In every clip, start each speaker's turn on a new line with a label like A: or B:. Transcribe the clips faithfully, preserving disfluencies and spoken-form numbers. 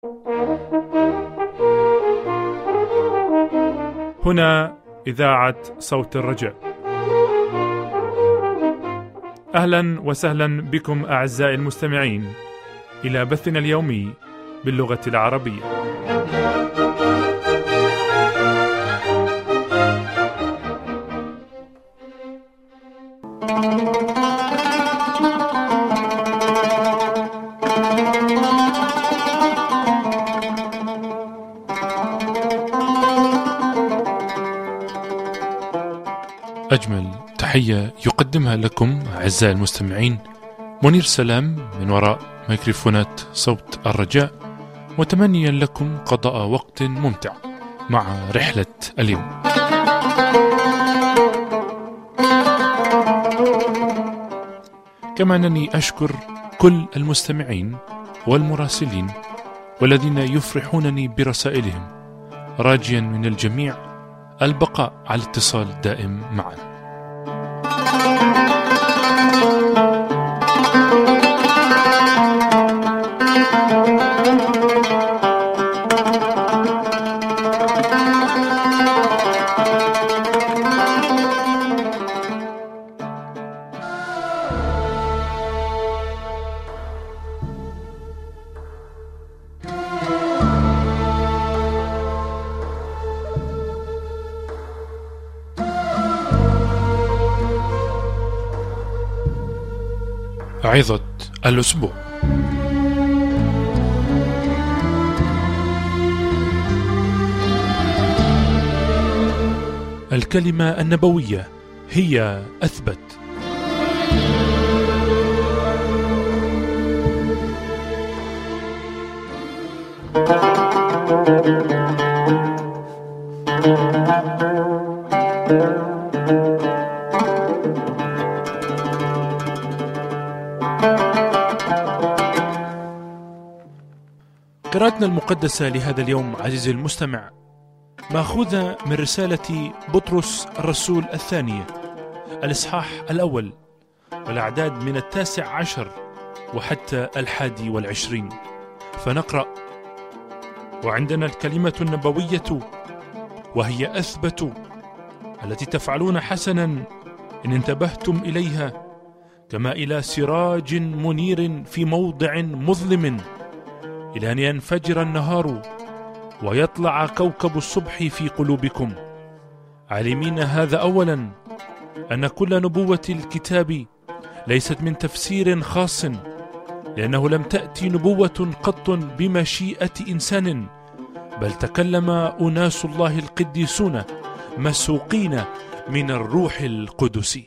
A: هنا إذاعة صوت الرجاء. أهلا وسهلا بكم أعزائي المستمعين إلى بثنا اليومي باللغة العربية. أجمل تحية يقدمها لكم أعزائي المستمعين منير سلام من وراء ميكروفونات صوت الرجاء، متمنيا لكم قضاء وقت ممتع مع رحلة اليوم. كما أنني أشكر كل المستمعين والمراسلين والذين يفرحونني برسائلهم، راجيا من الجميع البقاء على اتصال دائم معنا. عظة الأسبوع. الكلمة النبوية هي أثبت. قراءتنا المقدسة لهذا اليوم عزيزي المستمع مأخوذة من رسالة بطرس الرسول الثانية الإصحاح الأول والأعداد من التاسع عشر وحتى الحادي والعشرين، فنقرأ: وعندنا الكلمة النبوية وهي أثبت التي تفعلون حسنا إن انتبهتم إليها، كما إلى سراج منير في موضع مظلم، إلى أن ينفجر النهار ويطلع كوكب الصبح في قلوبكم، عالمين هذا أولا أن كل نبوة الكتاب ليست من تفسير خاص، لأنه لم تأتي نبوة قط بمشيئة إنسان، بل تكلم أناس الله القديسون مسوقين من الروح القدس.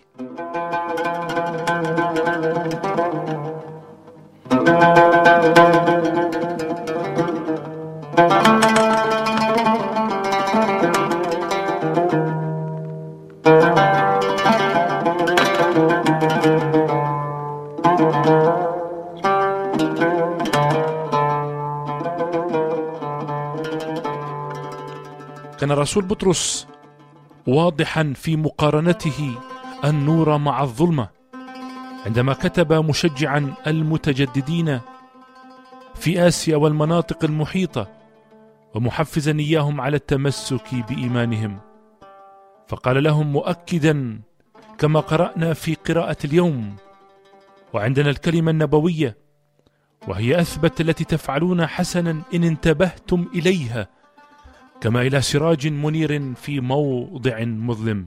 A: كان الرسول بطرس واضحا في مقارنته النور مع الظلمة عندما كتب مشجعا المتجددين في آسيا والمناطق المحيطة ومحفزا إياهم على التمسك بإيمانهم، فقال لهم مؤكدا كما قرأنا في قراءة اليوم: وعندنا الكلمة النبوية وهي أثبت التي تفعلون حسنا إن انتبهتم إليها، كما إلى سراج منير في موضع مظلم.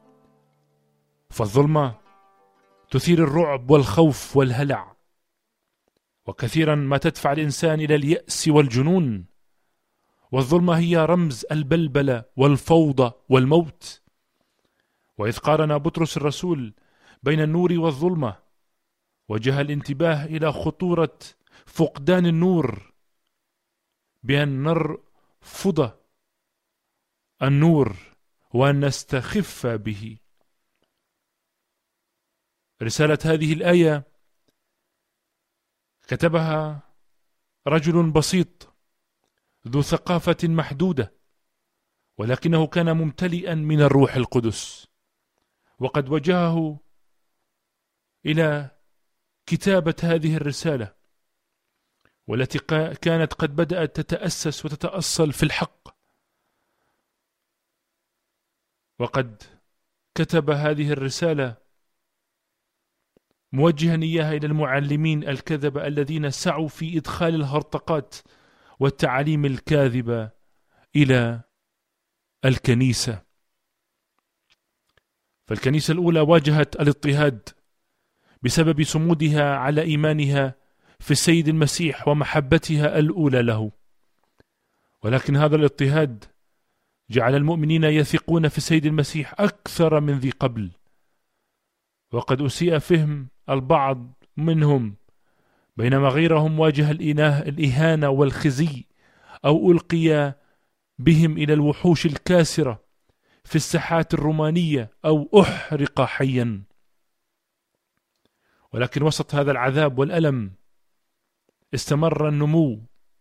A: فالظلمة تثير الرعب والخوف والهلع، وكثيرا ما تدفع الإنسان إلى اليأس والجنون، والظلمة هي رمز البلبلة والفوضى والموت. وإذ قارن بطرس الرسول بين النور والظلمة، وجه الانتباه إلى خطورة فقدان النور بأن نرفض النور وأن نستخف به. رسالة هذه الآية كتبها رجل بسيط ذو ثقافة محدودة، ولكنه كان ممتلئا من الروح القدس، وقد وجهه إلى كتابة هذه الرسالة والتي كانت قد بدأت تتأسس وتتأصل في الحق، وقد كتب هذه الرسالة موجها إياها إلى المعلمين الكذبة الذين سعوا في إدخال الهرطقات والتعاليم الكاذبة إلى الكنيسة. فالكنيسة الأولى واجهت الاضطهاد بسبب صمودها على إيمانها في السيد المسيح ومحبتها الأولى له، ولكن هذا الاضطهاد جعل المؤمنين يثقون في السيد المسيح أكثر من ذي قبل، وقد أسيء فهم البعض منهم، بينما غيرهم واجه الإهانة والخزي أو ألقي بهم إلى الوحوش الكاسرة في الساحات الرومانية أو أحرق حيا. ولكن وسط هذا العذاب والألم استمر النمو،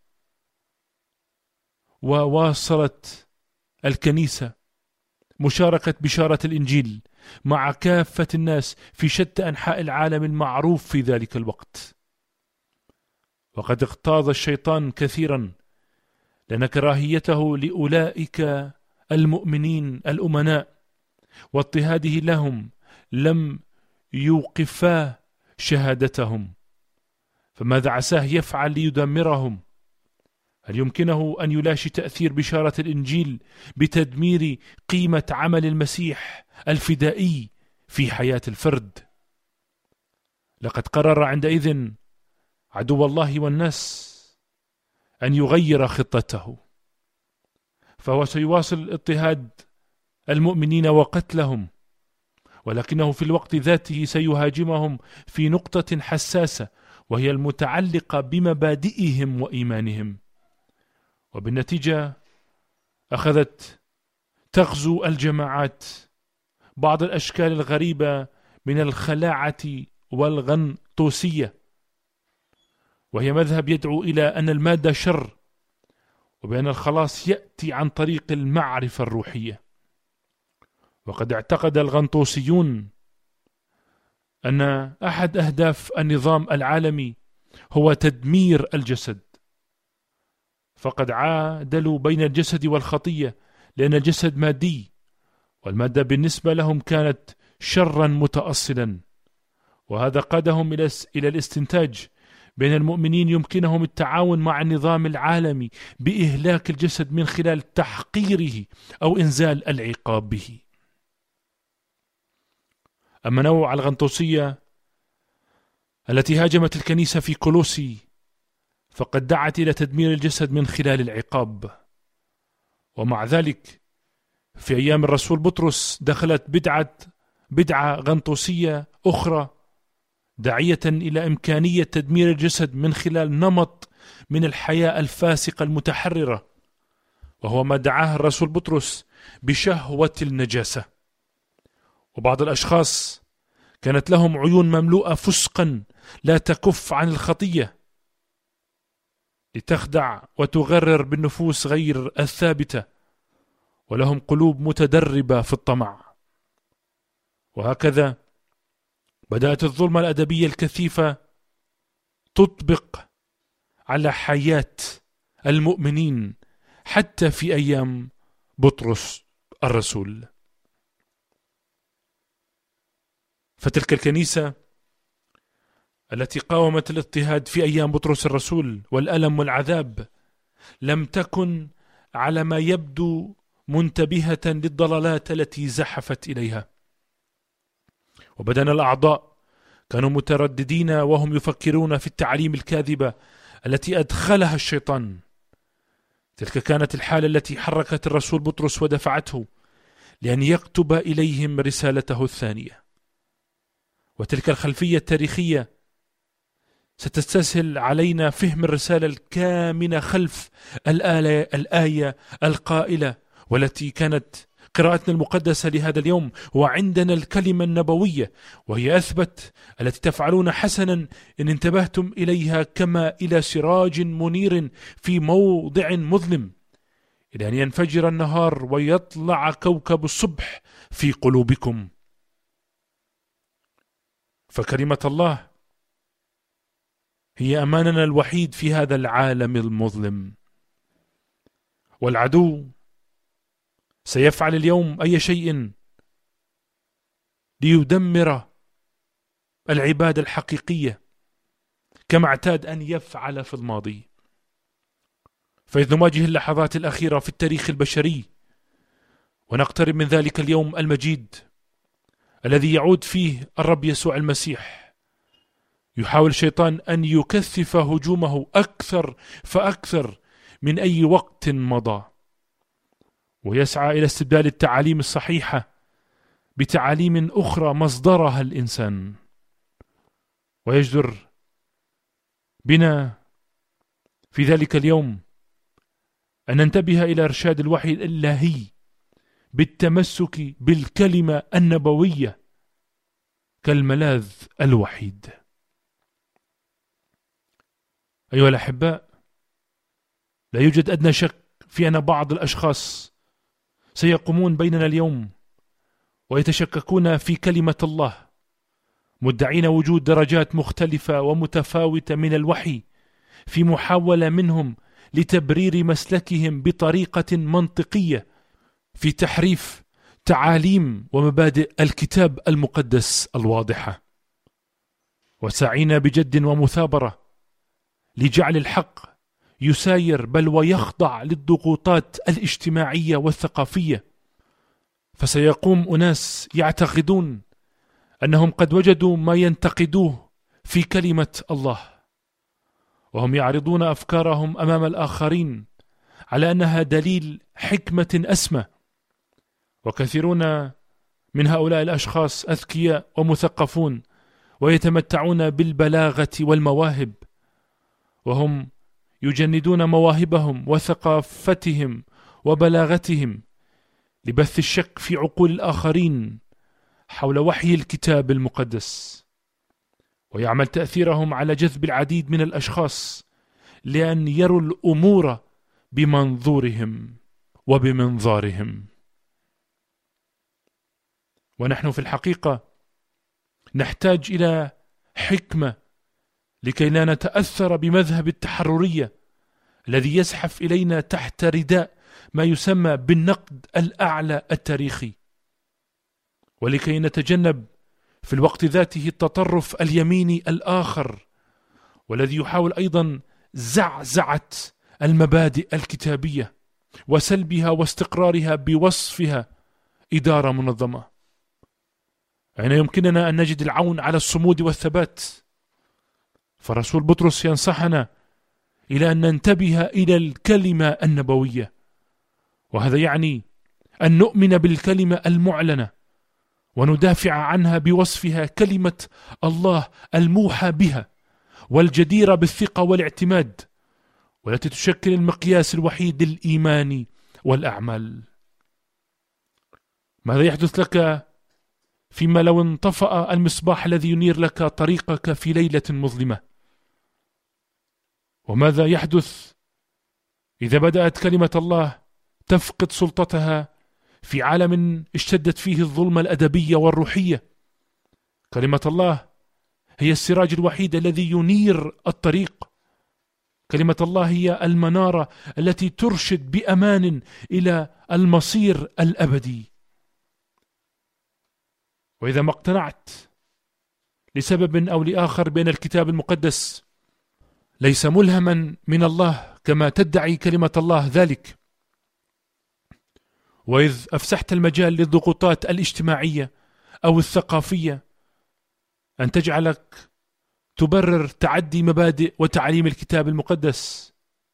A: وواصلت الكنيسة مشاركة بشارة الإنجيل مع كافة الناس في شتى أنحاء العالم المعروف في ذلك الوقت. وقد اغتاظ الشيطان كثيرا، لأن كراهيته لأولئك المؤمنين الأمناء واضطهاده لهم لم يوقفا شهادتهم، فماذا عساه يفعل ليدمرهم؟ هل يمكنه أن يلاشي تأثير بشارة الإنجيل بتدمير قيمة عمل المسيح الفدائي في حياة الفرد؟ لقد قرر عندئذ عدو الله والناس أن يغير خطته، فهو سيواصل اضطهاد المؤمنين وقتلهم، ولكنه في الوقت ذاته سيهاجمهم في نقطة حساسة، وهي المتعلقة بمبادئهم وإيمانهم. وبالنتيجة أخذت تغزو الجماعات بعض الأشكال الغريبة من الخلاعة والغنطوسية، وهي مذهب يدعو إلى أن المادة شر، وبأن الخلاص يأتي عن طريق المعرفة الروحية. وقد اعتقد الغنطوسيون أن أحد أهداف النظام العالمي هو تدمير الجسد، فقد عادلوا بين الجسد والخطية، لأن الجسد مادي، والمادة بالنسبة لهم كانت شرا متأصلا، وهذا قادهم إلى الاستنتاج بين المؤمنين يمكنهم التعاون مع النظام العالمي بإهلاك الجسد من خلال تحقيره أو إنزال العقاب به. أما نوع الغنطوسية التي هاجمت الكنيسة في كولوسي فقد دعت إلى تدمير الجسد من خلال العقاب، ومع ذلك في أيام الرسول بطرس دخلت بدعة بدعة غنطوسية أخرى داعية إلى إمكانية تدمير الجسد من خلال نمط من الحياة الفاسقة المتحررة، وهو ما دعاه الرسول بطرس بشهوة النجاسة. وبعض الأشخاص كانت لهم عيون مملوءة فسقا لا تكف عن الخطية لتخدع وتغرر بالنفوس غير الثابتة، ولهم قلوب متدربة في الطمع. وهكذا بدأت الظلمة الأدبية الكثيفة تطبق على حياة المؤمنين حتى في أيام بطرس الرسول. فتلك الكنيسة التي قاومت الاضطهاد في أيام بطرس الرسول والألم والعذاب لم تكن على ما يبدو منتبهة للضلالات التي زحفت إليها، وبدن الأعضاء كانوا مترددين وهم يفكرون في التعاليم الكاذبة التي أدخلها الشيطان. تلك كانت الحالة التي حركت الرسول بطرس ودفعته لأن يكتب إليهم رسالته الثانية. وتلك الخلفية التاريخية ستستسهل علينا فهم الرسالة الكامنة خلف الآية, الآية القائلة والتي كانت قراءتنا المقدسة لهذا اليوم: وعندنا الكلمة النبوية، وهي أثبت التي تفعلون حسنا إن انتبهتم إليها كما إلى سراج منير في موضع مظلم، إلى أن ينفجر النهار ويطلع كوكب الصبح في قلوبكم. فكلمة الله هي أماننا الوحيد في هذا العالم المظلم. والعدو سيفعل اليوم أي شيء ليدمر العبادة الحقيقية كما اعتاد أن يفعل في الماضي. فإذ نواجه اللحظات الأخيرة في التاريخ البشري ونقترب من ذلك اليوم المجيد الذي يعود فيه الرب يسوع المسيح، يحاول الشيطان أن يكثف هجومه أكثر فأكثر من أي وقت مضى، ويسعى إلى استبدال التعاليم الصحيحة بتعاليم أخرى مصدرها الإنسان، ويجدر بنا في ذلك اليوم أن ننتبه إلى إرشاد الوحي الإلهي بالتمسك بالكلمة النبوية كالملاذ الوحيد. أيها الأحباء، لا يوجد أدنى شك في أن بعض الأشخاص سيقومون بيننا اليوم ويتشككون في كلمة الله، مدعين وجود درجات مختلفة ومتفاوتة من الوحي في محاولة منهم لتبرير مسلكهم بطريقة منطقية في تحريف تعاليم ومبادئ الكتاب المقدس الواضحة، وسعينا بجد ومثابرة لجعل الحق يساير بل ويخضع للضغوطات الاجتماعية والثقافية. فسيقوم أناس يعتقدون أنهم قد وجدوا ما ينتقدوه في كلمة الله، وهم يعرضون أفكارهم أمام الآخرين على أنها دليل حكمة أسمى. وكثيرون من هؤلاء الأشخاص أذكياء ومثقفون ويتمتعون بالبلاغة والمواهب، وهم يجندون مواهبهم وثقافتهم وبلاغتهم لبث الشك في عقول الآخرين حول وحي الكتاب المقدس، ويعمل تأثيرهم على جذب العديد من الأشخاص لأن يروا الأمور بمنظورهم وبمنظارهم. ونحن في الحقيقة نحتاج إلى حكمة لكي لا نتأثر بمذهب التحررية الذي يزحف إلينا تحت رداء ما يسمى بالنقد الأعلى التاريخي، ولكي نتجنب في الوقت ذاته التطرف اليميني الآخر والذي يحاول أيضا زعزعة المبادئ الكتابية وسلبها واستقرارها بوصفها إدارة منظمة. أين يمكننا أن نجد العون على الصمود والثبات؟ فرسول بطرس ينصحنا إلى أن ننتبه إلى الكلمة النبوية، وهذا يعني أن نؤمن بالكلمة المعلنة وندافع عنها بوصفها كلمة الله الموحى بها والجديرة بالثقة والاعتماد، والتي تشكل المقياس الوحيد للإيمان والأعمال. ماذا يحدث لك فيما لو انطفأ المصباح الذي ينير لك طريقك في ليلة مظلمة؟ وماذا يحدث إذا بدأت كلمة الله تفقد سلطتها في عالم اشتدت فيه الظلمة الأدبية والروحية؟ كلمة الله هي السراج الوحيد الذي ينير الطريق. كلمة الله هي المنارة التي ترشد بأمان إلى المصير الأبدي. وإذا ما اقتنعت لسبب أو لآخر بأن الكتاب المقدس ليس ملهما من الله كما تدعي كلمة الله ذلك، وإذ أفسحت المجال للضغوطات الاجتماعية أو الثقافية أن تجعلك تبرر تعدي مبادئ وتعاليم الكتاب المقدس،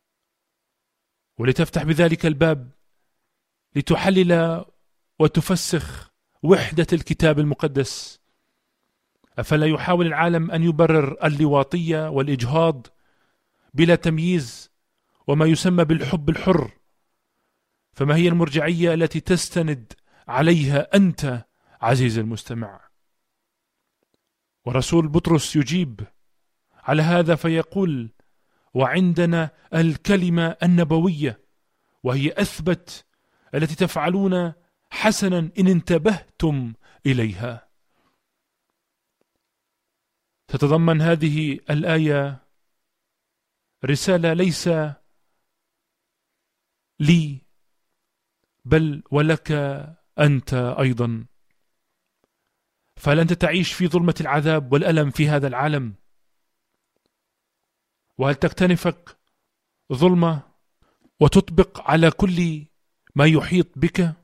A: ولتفتح بذلك الباب لتحلل وتفسخ وحدة الكتاب المقدس، أفلا يحاول العالم أن يبرر اللواطية والإجهاض بلا تمييز وما يسمى بالحب الحر؟ فما هي المرجعية التي تستند عليها أنت عزيز المستمع؟ ورسول بطرس يجيب على هذا فيقول: وعندنا الكلمة النبوية، وهي أثبت التي تفعلون حسنا إن انتبهتم إليها. تتضمن هذه الآية رسالة ليس لي بل ولك أنت أيضا. فهل أنت تعيش في ظلمة العذاب والألم في هذا العالم؟ وهل تكتنفك ظلمة وتطبق على كل ما يحيط بك؟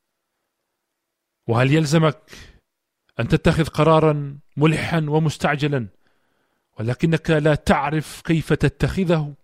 A: وهل يلزمك أن تتخذ قرارا ملحا ومستعجلا ولكنك لا تعرف كيف تتخذه؟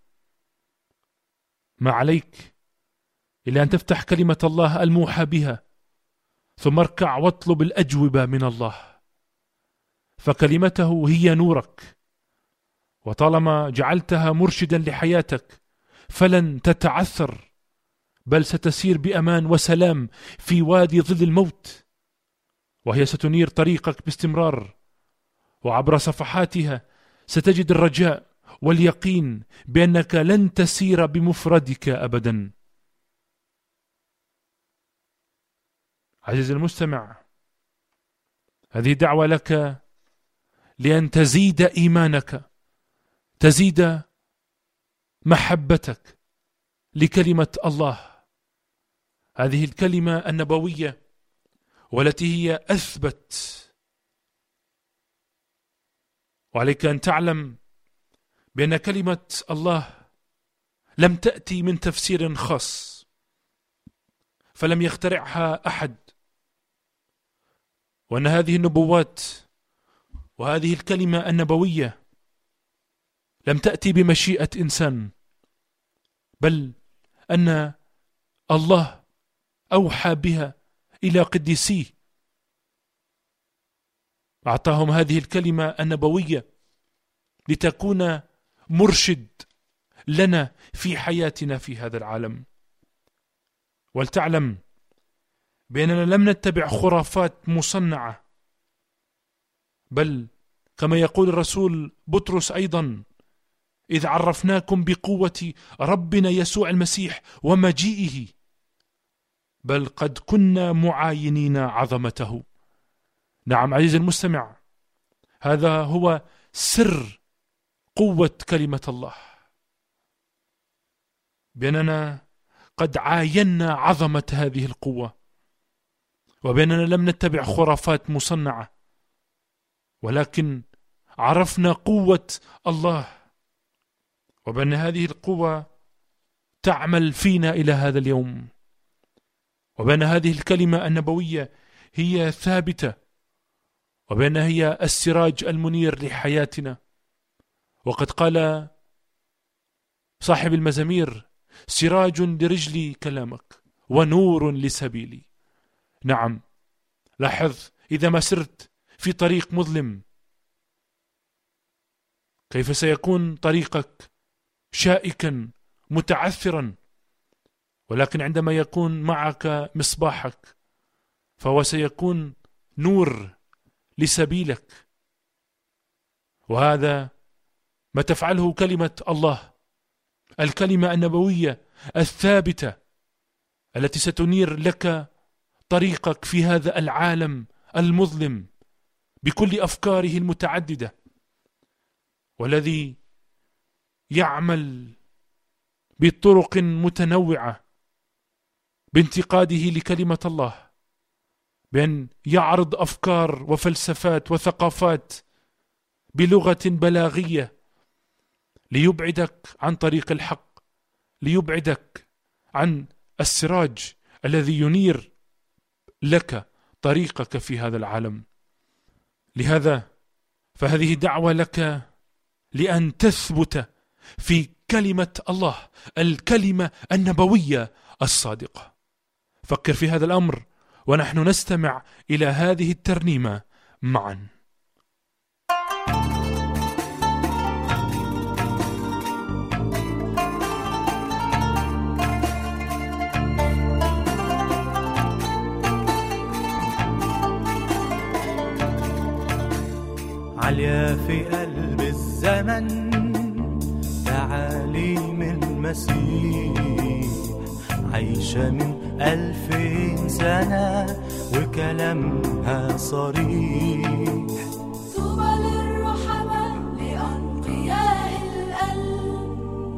A: ما عليك إلا أن تفتح كلمة الله الموحى بها، ثم اركع واطلب الأجوبة من الله، فكلمته هي نورك، وطالما جعلتها مرشدا لحياتك فلن تتعثر، بل ستسير بأمان وسلام في وادي ظل الموت، وهي ستنير طريقك باستمرار، وعبر صفحاتها ستجد الرجاء واليقين بأنك لن تسير بمفردك أبدا. عزيزي المستمع، هذه دعوة لك لأن تزيد إيمانك، تزيد محبتك لكلمة الله، هذه الكلمة النبوية والتي هي أثبت. وعليك أن تعلم بأن كلمة الله لم تأتي من تفسير خاص، فلم يخترعها أحد، وأن هذه النبوات وهذه الكلمة النبوية لم تأتي بمشيئة إنسان، بل أن الله أوحى بها إلى قديسيه، أعطاهم هذه الكلمة النبوية لتكون مرشد لنا في حياتنا في هذا العالم. ولتعلم بأننا لم نتبع خرافات مصنعة، بل كما يقول الرسول بطرس أيضا: إذ عرفناكم بقوة ربنا يسوع المسيح ومجيئه، بل قد كنا معاينين عظمته. نعم عزيزي المستمع، هذا هو سر قوة كلمة الله، بأننا قد عاينا عظمة هذه القوة، وبأننا لم نتبع خرافات مصنعة، ولكن عرفنا قوة الله، وبأن هذه القوة تعمل فينا إلى هذا اليوم، وبأن هذه الكلمة النبوية هي ثابتة، وبأن هي السراج المنير لحياتنا. وقد قال صاحب المزامير: سراج لرجلي كلامك ونور لسبيلي. نعم، لاحظ إذا ما سرت في طريق مظلم كيف سيكون طريقك شائكا متعثرا، ولكن عندما يكون معك مصباحك فهو سيكون نور لسبيلك. وهذا ما تفعله كلمة الله، الكلمة النبوية الثابتة التي ستنير لك طريقك في هذا العالم المظلم بكل أفكاره المتعددة، والذي يعمل بطرق متنوعة بانتقاده لكلمة الله، بأن يعرض أفكار وفلسفات وثقافات بلغة بلاغية ليبعدك عن طريق الحق، ليبعدك عن السراج الذي ينير لك طريقك في هذا العالم. لهذا فهذه دعوة لك لأن تثبت في كلمة الله، الكلمة النبوية الصادقة. فكر في هذا الأمر ونحن نستمع إلى هذه الترنيمة معا.
B: عالية في قلب الزمن تعاليم المسيح، عايشة من ألفين سنة وكلامها صريح.
C: طوبى للرحمة لأنقياء القلب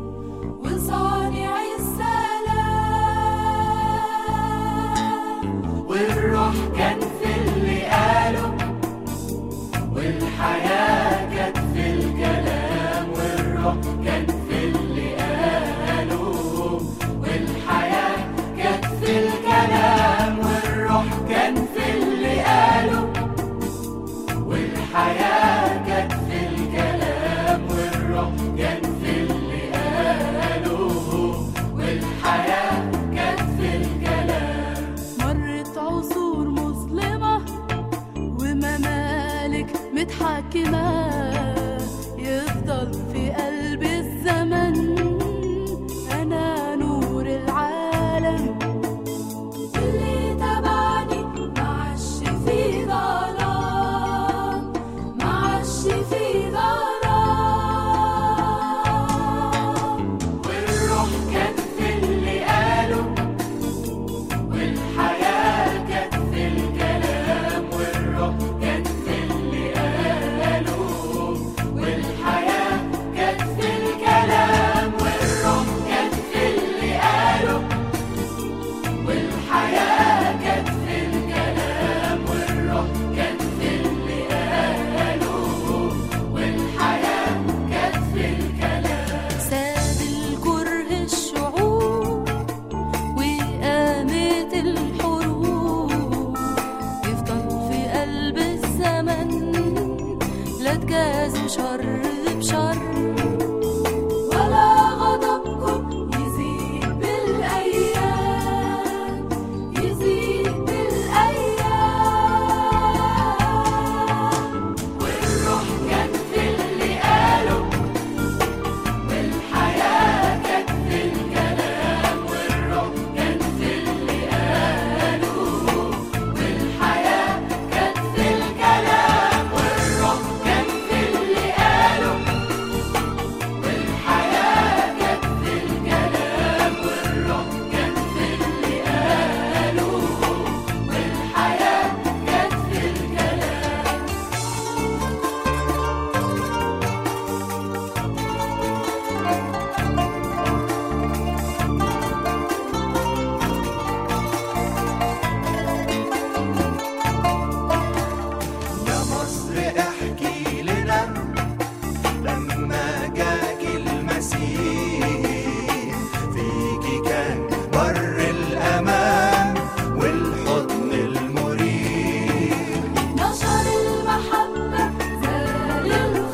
B: بر الأمان والحضن المريح.
C: نشر المحبة زال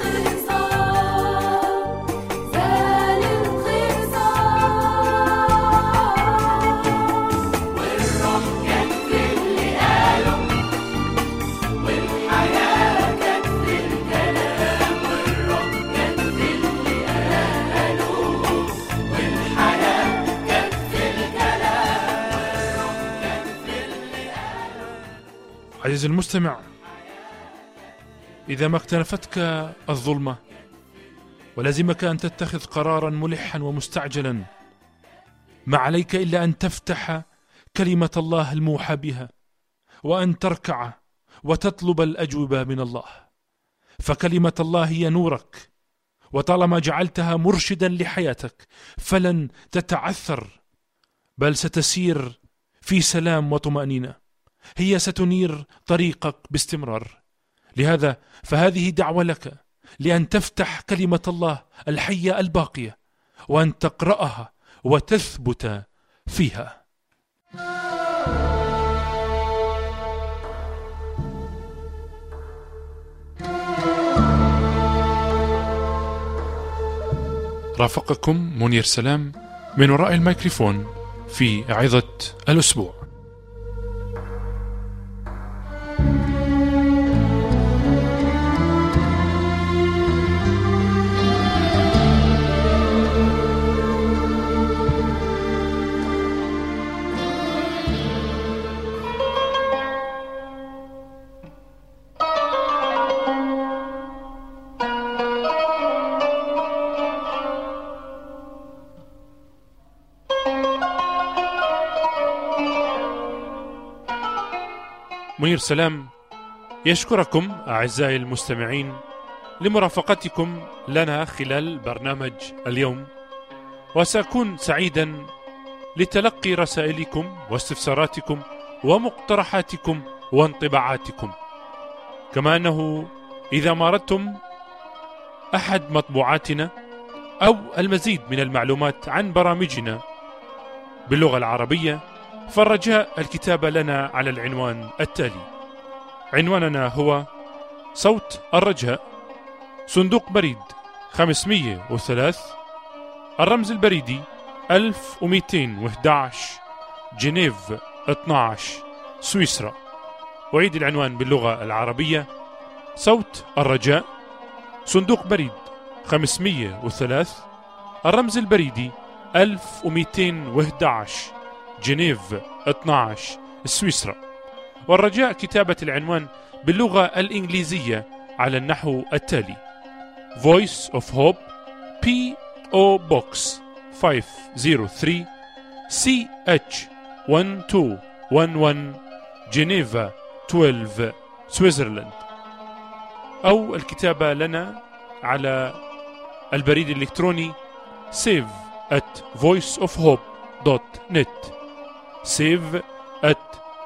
C: الخصام، زال الخصام، والروح كانت في اللي قاله، والحياة كانت في الكلام، والروح كانت في اللي قاله، والحياة كانت في الكلام، والروح كانت في اللي قاله.
A: عزيزي المستمع، إذا ما اكتنفتك الظلمة ولازمك أن تتخذ قرارا ملحا ومستعجلا، ما عليك إلا أن تفتح كلمة الله الموحى بها، وأن تركع وتطلب الأجوبة من الله، فكلمة الله هي نورك، وطالما جعلتها مرشدا لحياتك فلن تتعثر، بل ستسير في سلام وطمأنينة. هي ستنير طريقك باستمرار. لهذا فهذه دعوة لك لأن تفتح كلمة الله الحية الباقية، وأن تقرأها وتثبت فيها. رافقكم منير سلام من وراء الميكروفون في عظة الأسبوع. منير سلام يشكركم أعزائي المستمعين لمرافقتكم لنا خلال برنامج اليوم، وسأكون سعيدا لتلقي رسائلكم واستفساراتكم ومقترحاتكم وانطباعاتكم، كما أنه إذا ما أردتم أحد مطبوعاتنا أو المزيد من المعلومات عن برامجنا باللغة العربية، فالرجاء الكتابة لنا على العنوان التالي. عنواننا هو صوت الرجاء، صندوق بريد خمسمئة وثلاثة، الرمز البريدي ألف ومئتين وأحد عشر، جنيف اثني عشر، سويسرا. أعيد العنوان باللغة العربية: صوت الرجاء، صندوق بريد خمسمئة وثلاثة، الرمز البريدي ألف ومئتين وأحد عشر، جنيف اثني عشر، سويسرا. والرجاء كتابة العنوان باللغة الإنجليزية على النحو التالي: Voice of Hope P O Box خمسمئة وثلاثة C H واحد اثنين واحد واحد جنيفا اثني عشر، سويسرلاند. أو الكتابة لنا على البريد الإلكتروني save at voiceofhope.net save at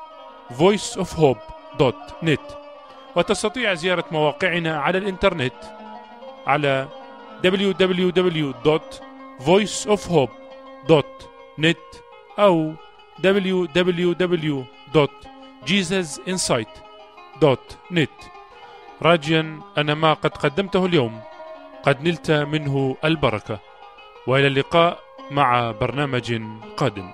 A: voiceofhope.net. وتستطيع زيارة مواقعنا على الإنترنت على دبليو دبليو دبليو دوت فويس اوف هوب دوت نت أو دبليو دبليو دبليو دوت جيسس انسايت دوت نت. راجيا أن ما قد قدمته اليوم قد نلت منه البركة، وإلى اللقاء مع برنامج قادم.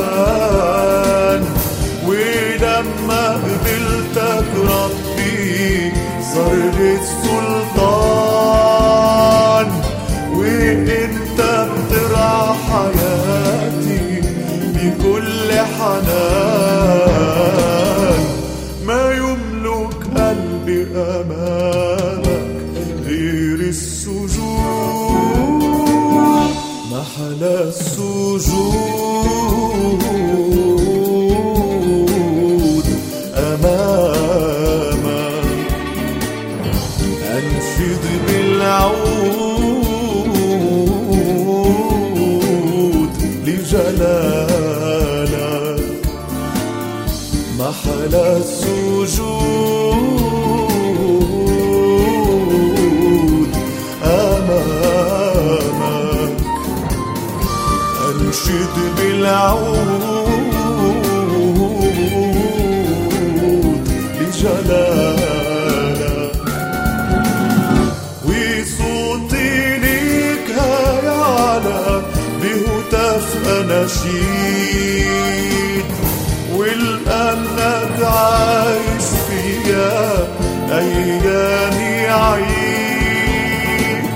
B: الأمان. ولما قبلتك ربي صار لي السلطان، وانت بترعى حياتي بكل حنان. ما يملك قلبي أمامك غير السجود، محل السجود أمامك. أنشد بالعود لجلالك، محل السجود أمامك. أنشد بالعود لجلالك، وصوتي ليك هيعلى بهتاف أناشيد، ولأنك عايش فيا أيامي عيد،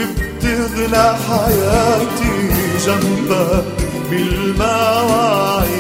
B: وبتغلى حياتي جنبك بالمواعيد.